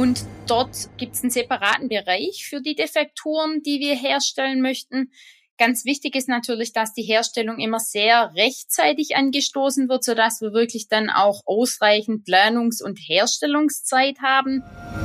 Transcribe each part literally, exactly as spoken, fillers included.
Und dort gibt es einen separaten Bereich für die Defekturen, die wir herstellen möchten. Ganz wichtig ist natürlich, dass die Herstellung immer sehr rechtzeitig angestoßen wird, sodass wir wirklich dann auch ausreichend Planungs- und Herstellungszeit haben.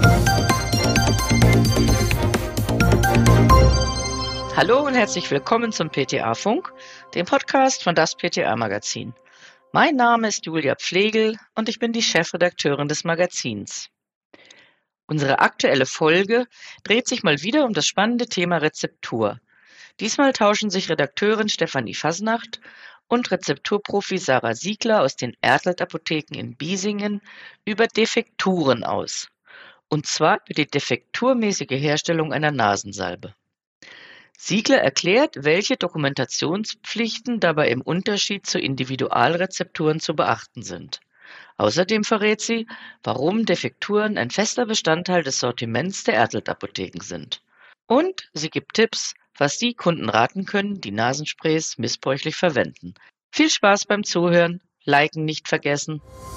Hallo und herzlich willkommen zum P T A-Funk, dem Podcast von das P T A-Magazin. Mein Name ist Julia Pflegel und ich bin die Chefredakteurin des Magazins. Unsere aktuelle Folge dreht sich mal wieder um das spannende Thema Rezeptur. Diesmal tauschen sich Redakteurin Stefanie Fasnacht und Rezepturprofi Sarah Siegler aus den Ertelt-Apotheken in Biesingen über Defekturen aus. Und zwar über die defekturmäßige Herstellung einer Nasensalbe. Siegler erklärt, welche Dokumentationspflichten dabei im Unterschied zu Individualrezepturen zu beachten sind. Außerdem verrät sie, warum Defekturen ein fester Bestandteil des Sortiments der Ertelt-Apotheken sind. Und sie gibt Tipps, was die Kunden raten können, die Nasensprays missbräuchlich verwenden. Viel Spaß beim Zuhören, liken nicht vergessen.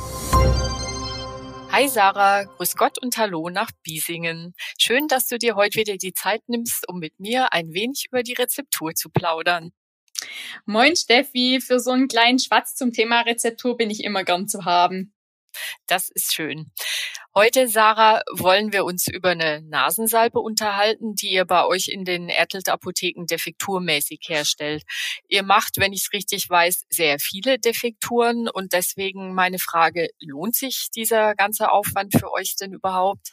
Hi Sarah, grüß Gott und hallo nach Biesingen. Schön, dass du dir heute wieder die Zeit nimmst, um mit mir ein wenig über die Rezeptur zu plaudern. Moin Steffi, für so einen kleinen Schwatz zum Thema Rezeptur bin ich immer gern zu haben. Das ist schön. Heute, Sarah, wollen wir uns über eine Nasensalbe unterhalten, die ihr bei euch in den Ertelt-Apotheken defekturmäßig herstellt. Ihr macht, wenn ich es richtig weiß, sehr viele Defekturen und deswegen meine Frage, lohnt sich dieser ganze Aufwand für euch denn überhaupt?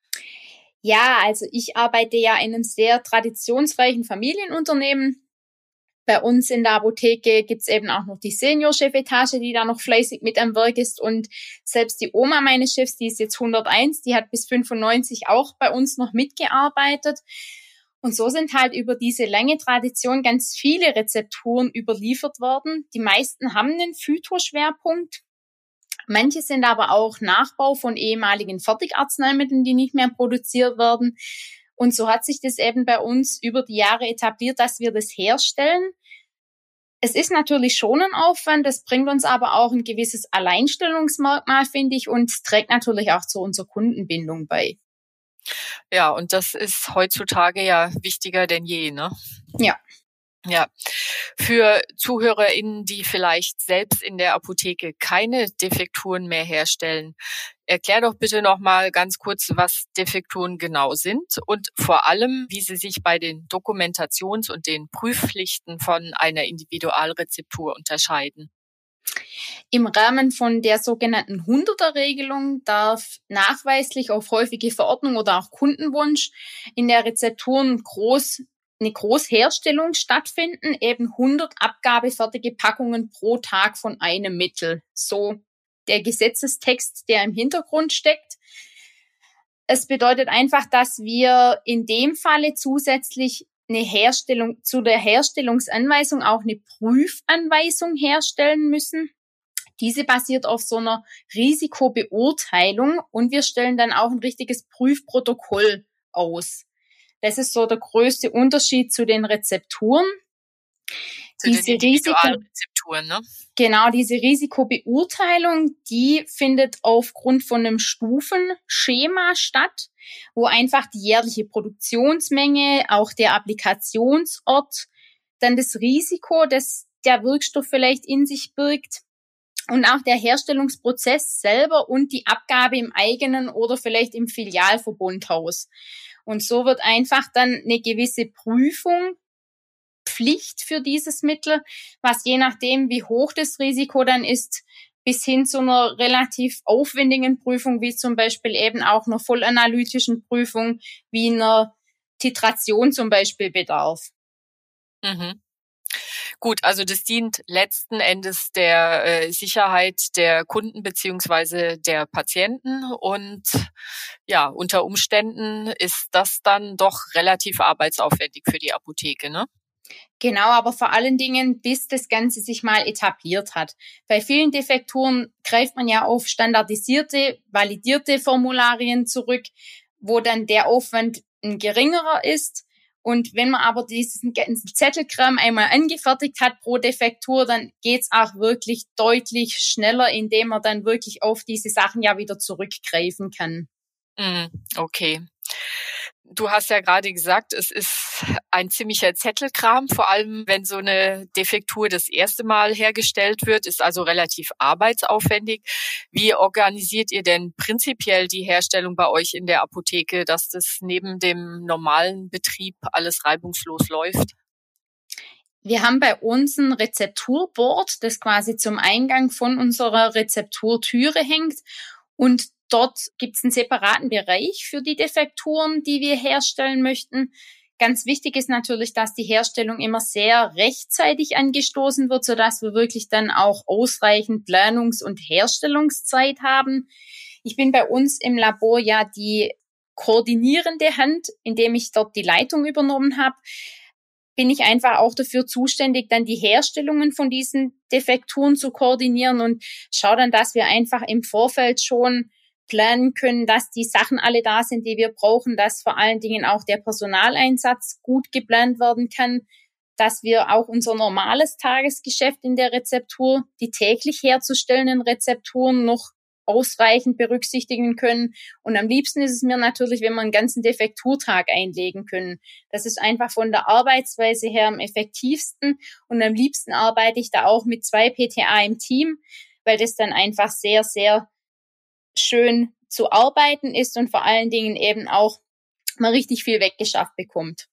Ja, also ich arbeite ja in einem sehr traditionsreichen Familienunternehmen. Bei uns in der Apotheke gibt's eben auch noch die Senior-Chefetage, die da noch fleißig mit am Werk ist. Und selbst die Oma meines Chefs, die ist jetzt hunderteins, die hat bis fünfundneunzig auch bei uns noch mitgearbeitet. Und so sind halt über diese lange Tradition ganz viele Rezepturen überliefert worden. Die meisten haben einen Phytoschwerpunkt. Manche sind aber auch Nachbau von ehemaligen Fertigarzneimitteln, die nicht mehr produziert werden. Und so hat sich das eben bei uns über die Jahre etabliert, dass wir das herstellen. Es ist natürlich schon ein Aufwand, das bringt uns aber auch ein gewisses Alleinstellungsmerkmal, finde ich, und trägt natürlich auch zu unserer Kundenbindung bei. Ja, und das ist heutzutage ja wichtiger denn je, ne? Ja. Ja, für ZuhörerInnen, die vielleicht selbst in der Apotheke keine Defekturen mehr herstellen, erklär doch bitte nochmal ganz kurz, was Defekturen genau sind und vor allem, wie sie sich bei den Dokumentations- und den Prüfpflichten von einer Individualrezeptur unterscheiden. Im Rahmen von der sogenannten Hunderter-Regelung darf nachweislich auf häufige Verordnung oder auch Kundenwunsch in der Rezepturen groß eine Großherstellung stattfinden, eben hundert abgabefertige Packungen pro Tag von einem Mittel. So der Gesetzestext, der im Hintergrund steckt. Es bedeutet einfach, dass wir in dem Falle zusätzlich eine Herstellung, zu der Herstellungsanweisung auch eine Prüfanweisung herstellen müssen. Diese basiert auf so einer Risikobeurteilung und wir stellen dann auch ein richtiges Prüfprotokoll aus. Das ist so der größte Unterschied zu den Rezepturen. Zu diese den Individualrezepturen, ne? Genau, diese Risikobeurteilung, die findet aufgrund von einem Stufenschema statt, wo einfach die jährliche Produktionsmenge, auch der Applikationsort, dann das Risiko, das der Wirkstoff vielleicht in sich birgt und auch der Herstellungsprozess selber und die Abgabe im eigenen oder vielleicht im Filialverbundhaus. Und so wird einfach dann eine gewisse Prüfung Pflicht für dieses Mittel, was je nachdem, wie hoch das Risiko dann ist, bis hin zu einer relativ aufwendigen Prüfung, wie zum Beispiel eben auch einer vollanalytischen Prüfung, wie einer Titration zum Beispiel bedarf. Mhm. Gut, also das dient letzten Endes der äh, Sicherheit der Kunden beziehungsweise der Patienten und ja, unter Umständen ist das dann doch relativ arbeitsaufwendig für die Apotheke, ne? Genau, aber vor allen Dingen, bis das Ganze sich mal etabliert hat. Bei vielen Defekturen greift man ja auf standardisierte, validierte Formularien zurück, wo dann der Aufwand ein geringerer ist. Und wenn man aber diesen ganzen Zettelkram einmal angefertigt hat pro Defektur, dann geht's auch wirklich deutlich schneller, indem man dann wirklich auf diese Sachen ja wieder zurückgreifen kann. Okay. Du hast ja gerade gesagt, es ist ein ziemlicher Zettelkram, vor allem wenn so eine Defektur das erste Mal hergestellt wird, ist also relativ arbeitsaufwendig. Wie organisiert ihr denn prinzipiell die Herstellung bei euch in der Apotheke, dass das neben dem normalen Betrieb alles reibungslos läuft? Wir haben bei uns ein Rezepturboard, das quasi zum Eingang von unserer Rezepturtüre hängt, und dort gibt es einen separaten Bereich für die Defekturen, die wir herstellen möchten. Ganz wichtig ist natürlich, dass die Herstellung immer sehr rechtzeitig angestoßen wird, sodass wir wirklich dann auch ausreichend Planungs- und Herstellungszeit haben. Ich bin bei uns im Labor ja die koordinierende Hand, indem ich dort die Leitung übernommen habe. Bin ich einfach auch dafür zuständig, dann die Herstellungen von diesen Defekturen zu koordinieren und schaue dann, dass wir einfach im Vorfeld schon planen können, dass die Sachen alle da sind, die wir brauchen, dass vor allen Dingen auch der Personaleinsatz gut geplant werden kann, dass wir auch unser normales Tagesgeschäft in der Rezeptur, die täglich herzustellenden Rezepturen, noch ausreichend berücksichtigen können. Und am liebsten ist es mir natürlich, wenn wir einen ganzen Defekturtag einlegen können. Das ist einfach von der Arbeitsweise her am effektivsten. Und am liebsten arbeite ich da auch mit zwei P T A im Team, weil das dann einfach sehr, sehr schön zu arbeiten ist und vor allen Dingen eben auch mal richtig viel weggeschafft bekommt.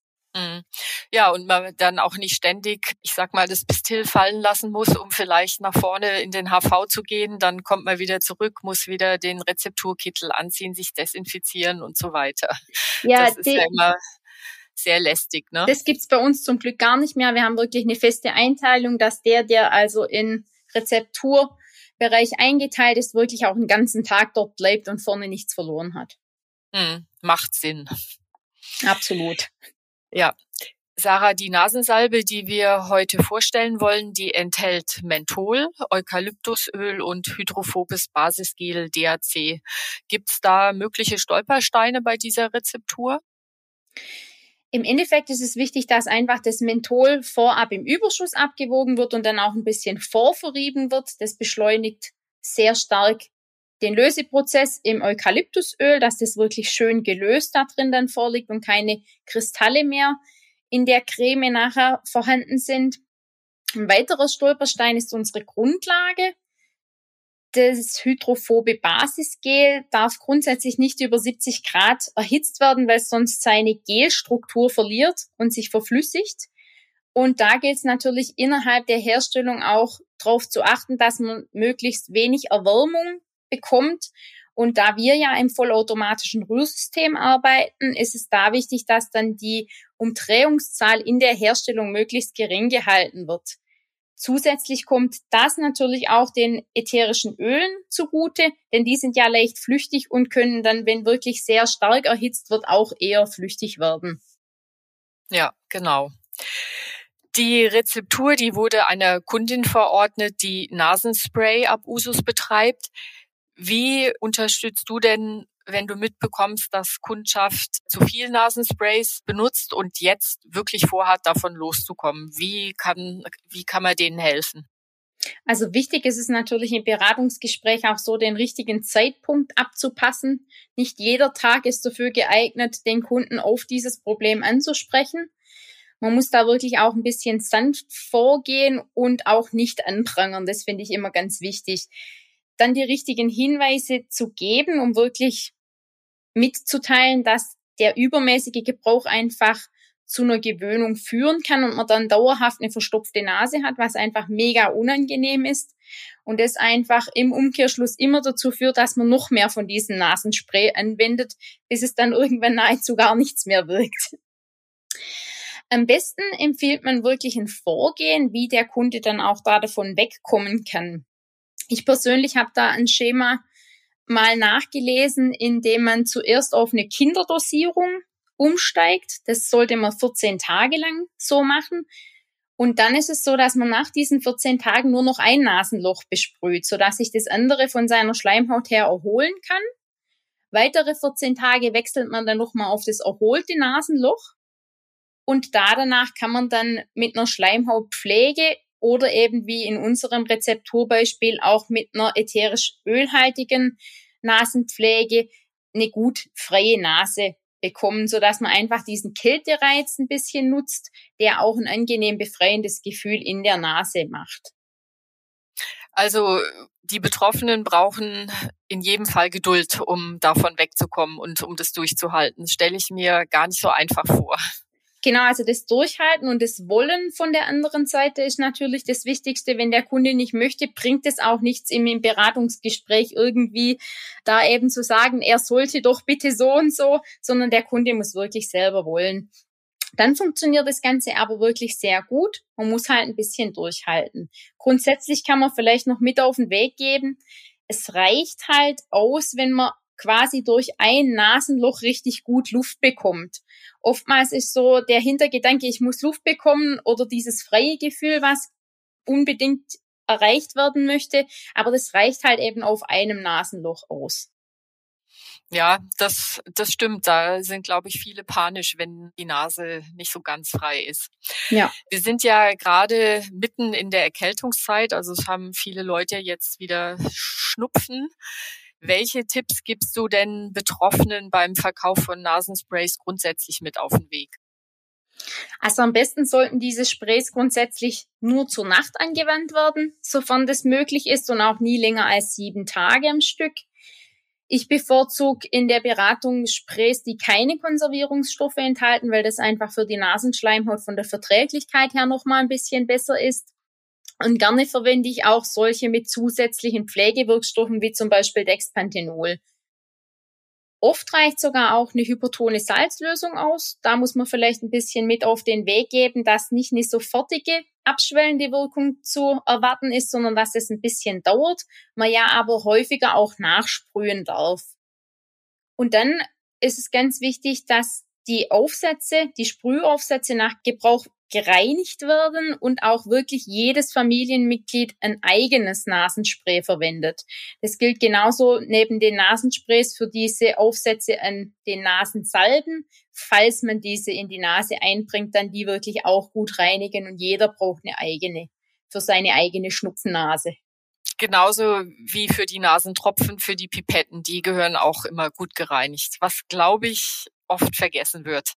Ja, und man dann auch nicht ständig, ich sag mal, das Pistil fallen lassen muss, um vielleicht nach vorne in den H V zu gehen. Dann kommt man wieder zurück, muss wieder den Rezepturkittel anziehen, sich desinfizieren und so weiter. Ja, das ist die, ja immer sehr lästig, ne? Das gibt's bei uns zum Glück gar nicht mehr. Wir haben wirklich eine feste Einteilung, dass der, der also in Rezepturbereich eingeteilt ist, wirklich auch den ganzen Tag dort bleibt und vorne nichts verloren hat. Hm, macht Sinn. Absolut. Ja, Sarah, die Nasensalbe, die wir heute vorstellen wollen, die enthält Menthol, Eukalyptusöl und hydrophobes Basisgel D H C. Gibt's da mögliche Stolpersteine bei dieser Rezeptur? Im Endeffekt ist es wichtig, dass einfach das Menthol vorab im Überschuss abgewogen wird und dann auch ein bisschen vorverrieben wird. Das beschleunigt sehr stark den Löseprozess im Eukalyptusöl, dass das wirklich schön gelöst da drin dann vorliegt und keine Kristalle mehr in der Creme nachher vorhanden sind. Ein weiterer Stolperstein ist unsere Grundlage. Das hydrophobe Basisgel darf grundsätzlich nicht über siebzig Grad erhitzt werden, weil es sonst seine Gelstruktur verliert und sich verflüssigt. Und da gilt es natürlich innerhalb der Herstellung auch darauf zu achten, dass man möglichst wenig Erwärmung bekommt. Und da wir ja im vollautomatischen Rührsystem arbeiten, ist es da wichtig, dass dann die Umdrehungszahl in der Herstellung möglichst gering gehalten wird. Zusätzlich kommt das natürlich auch den ätherischen Ölen zugute, denn die sind ja leicht flüchtig und können dann, wenn wirklich sehr stark erhitzt wird, auch eher flüchtig werden. Ja, genau. Die Rezeptur, die wurde einer Kundin verordnet, die Nasenspray ab Usus betreibt. Wie unterstützt du denn, wenn du mitbekommst, dass Kundschaft zu viel Nasensprays benutzt und jetzt wirklich vorhat, davon loszukommen? Wie kann, wie kann man denen helfen? Also wichtig ist es natürlich im Beratungsgespräch auch so, den richtigen Zeitpunkt abzupassen. Nicht jeder Tag ist dafür geeignet, den Kunden auf dieses Problem anzusprechen. Man muss da wirklich auch ein bisschen sanft vorgehen und auch nicht anprangern. Das finde ich immer ganz wichtig. Dann die richtigen Hinweise zu geben, um wirklich mitzuteilen, dass der übermäßige Gebrauch einfach zu einer Gewöhnung führen kann und man dann dauerhaft eine verstopfte Nase hat, was einfach mega unangenehm ist. Und das einfach im Umkehrschluss immer dazu führt, dass man noch mehr von diesem Nasenspray anwendet, bis es dann irgendwann nahezu gar nichts mehr wirkt. Am besten empfiehlt man wirklich ein Vorgehen, wie der Kunde dann auch da davon wegkommen kann. Ich persönlich habe da ein Schema mal nachgelesen, in dem man zuerst auf eine Kinderdosierung umsteigt. Das sollte man vierzehn Tage lang so machen. Und dann ist es so, dass man nach diesen vierzehn Tagen nur noch ein Nasenloch besprüht, sodass sich das andere von seiner Schleimhaut her erholen kann. Weitere vierzehn Tage wechselt man dann nochmal auf das erholte Nasenloch. Und da danach kann man dann mit einer Schleimhautpflege oder eben wie in unserem Rezepturbeispiel auch mit einer ätherisch ölhaltigen Nasenpflege eine gut freie Nase bekommen, sodass man einfach diesen Kältereiz ein bisschen nutzt, der auch ein angenehm befreiendes Gefühl in der Nase macht. Also die Betroffenen brauchen in jedem Fall Geduld, um davon wegzukommen und um das durchzuhalten. Das stelle ich mir gar nicht so einfach vor. Genau, also das Durchhalten und das Wollen von der anderen Seite ist natürlich das Wichtigste. Wenn der Kunde nicht möchte, bringt es auch nichts, ihm im Beratungsgespräch irgendwie da eben zu sagen, er sollte doch bitte so und so, sondern der Kunde muss wirklich selber wollen. Dann funktioniert das Ganze aber wirklich sehr gut. Man muss halt ein bisschen durchhalten. Grundsätzlich kann man vielleicht noch mit auf den Weg geben. Es reicht halt aus, wenn man quasi durch ein Nasenloch richtig gut Luft bekommt. Oftmals ist so der Hintergedanke, ich muss Luft bekommen oder dieses freie Gefühl, was unbedingt erreicht werden möchte. Aber das reicht halt eben auf einem Nasenloch aus. Ja, das, das stimmt. Da sind, glaube ich, viele panisch, wenn die Nase nicht so ganz frei ist. Ja. Wir sind ja gerade mitten in der Erkältungszeit, also es haben viele Leute jetzt wieder Schnupfen. Welche Tipps gibst du denn Betroffenen beim Verkauf von Nasensprays grundsätzlich mit auf den Weg? Also am besten sollten diese Sprays grundsätzlich nur zur Nacht angewandt werden, sofern das möglich ist und auch nie länger als sieben Tage am Stück. Ich bevorzuge in der Beratung Sprays, die keine Konservierungsstoffe enthalten, weil das einfach für die Nasenschleimhaut von der Verträglichkeit her nochmal ein bisschen besser ist. Und gerne verwende ich auch solche mit zusätzlichen Pflegewirkstoffen, wie zum Beispiel Dexpanthenol. Oft reicht sogar auch eine hypertone Salzlösung aus. Da muss man vielleicht ein bisschen mit auf den Weg geben, dass nicht eine sofortige abschwellende Wirkung zu erwarten ist, sondern dass es ein bisschen dauert, man ja aber häufiger auch nachsprühen darf. Und dann ist es ganz wichtig, dass die Aufsätze, die Sprühaufsätze nach Gebrauch gereinigt werden und auch wirklich jedes Familienmitglied ein eigenes Nasenspray verwendet. Das gilt genauso neben den Nasensprays für diese Aufsätze an den Nasensalben. Falls man diese in die Nase einbringt, dann die wirklich auch gut reinigen und jeder braucht eine eigene, für seine eigene Schnupfennase. Genauso wie für die Nasentropfen, für die Pipetten, die gehören auch immer gut gereinigt, was, glaube ich, oft vergessen wird.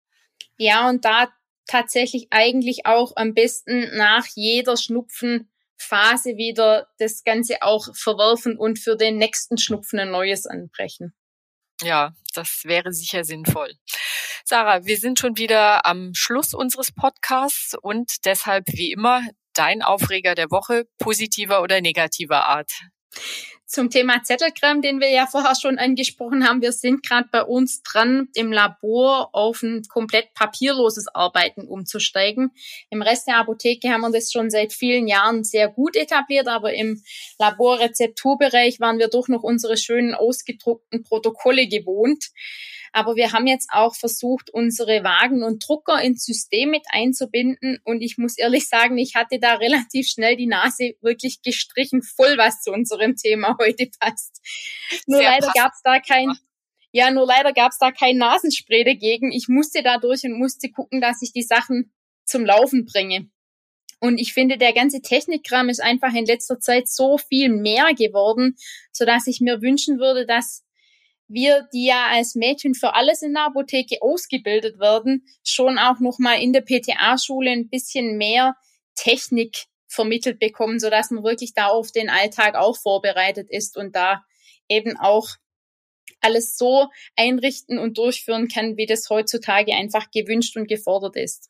Ja, und da tatsächlich eigentlich auch am besten nach jeder Schnupfenphase wieder das Ganze auch verwerfen und für den nächsten Schnupfen ein neues anbrechen. Ja, das wäre sicher sinnvoll. Sarah, wir sind schon wieder am Schluss unseres Podcasts und deshalb wie immer dein Aufreger der Woche, positiver oder negativer Art. Zum Thema Zettelkram, den wir ja vorher schon angesprochen haben. Wir sind gerade bei uns dran, im Labor auf ein komplett papierloses Arbeiten umzusteigen. Im Rest der Apotheke haben wir das schon seit vielen Jahren sehr gut etabliert, aber im Laborrezepturbereich waren wir doch noch unsere schönen ausgedruckten Protokolle gewohnt. Aber wir haben jetzt auch versucht, unsere Wagen und Drucker ins System mit einzubinden. Und ich muss ehrlich sagen, ich hatte da relativ schnell die Nase wirklich gestrichen, voll was zu unserem Thema heute passt. Nur Sehr leider gab es da kein, ja, nur leider gab es da kein Nasenspray dagegen. Ich musste da durch und musste gucken, dass ich die Sachen zum Laufen bringe. Und ich finde, der ganze Technikkram ist einfach in letzter Zeit so viel mehr geworden, sodass ich mir wünschen würde, dass wir, die ja als Mädchen für alles in der Apotheke ausgebildet werden, schon auch nochmal in der P T A-Schule ein bisschen mehr Technik vermittelt bekommen, sodass man wirklich da auf den Alltag auch vorbereitet ist und da eben auch alles so einrichten und durchführen kann, wie das heutzutage einfach gewünscht und gefordert ist.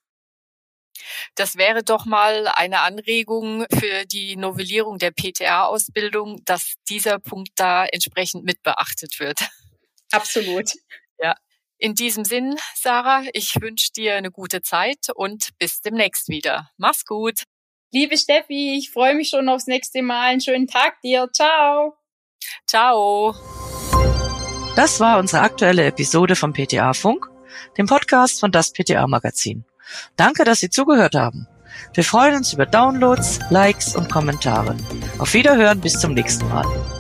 Das wäre doch mal eine Anregung für die Novellierung der P T A-Ausbildung, dass dieser Punkt da entsprechend mit beachtet wird. Absolut. Ja. In diesem Sinn, Sarah, ich wünsche dir eine gute Zeit und bis demnächst wieder. Mach's gut. Liebe Steffi, ich freue mich schon aufs nächste Mal. Einen schönen Tag dir. Ciao. Ciao. Das war unsere aktuelle Episode vom P T A-Funk, dem Podcast von das P T A-Magazin. Danke, dass Sie zugehört haben. Wir freuen uns über Downloads, Likes und Kommentare. Auf Wiederhören, bis zum nächsten Mal.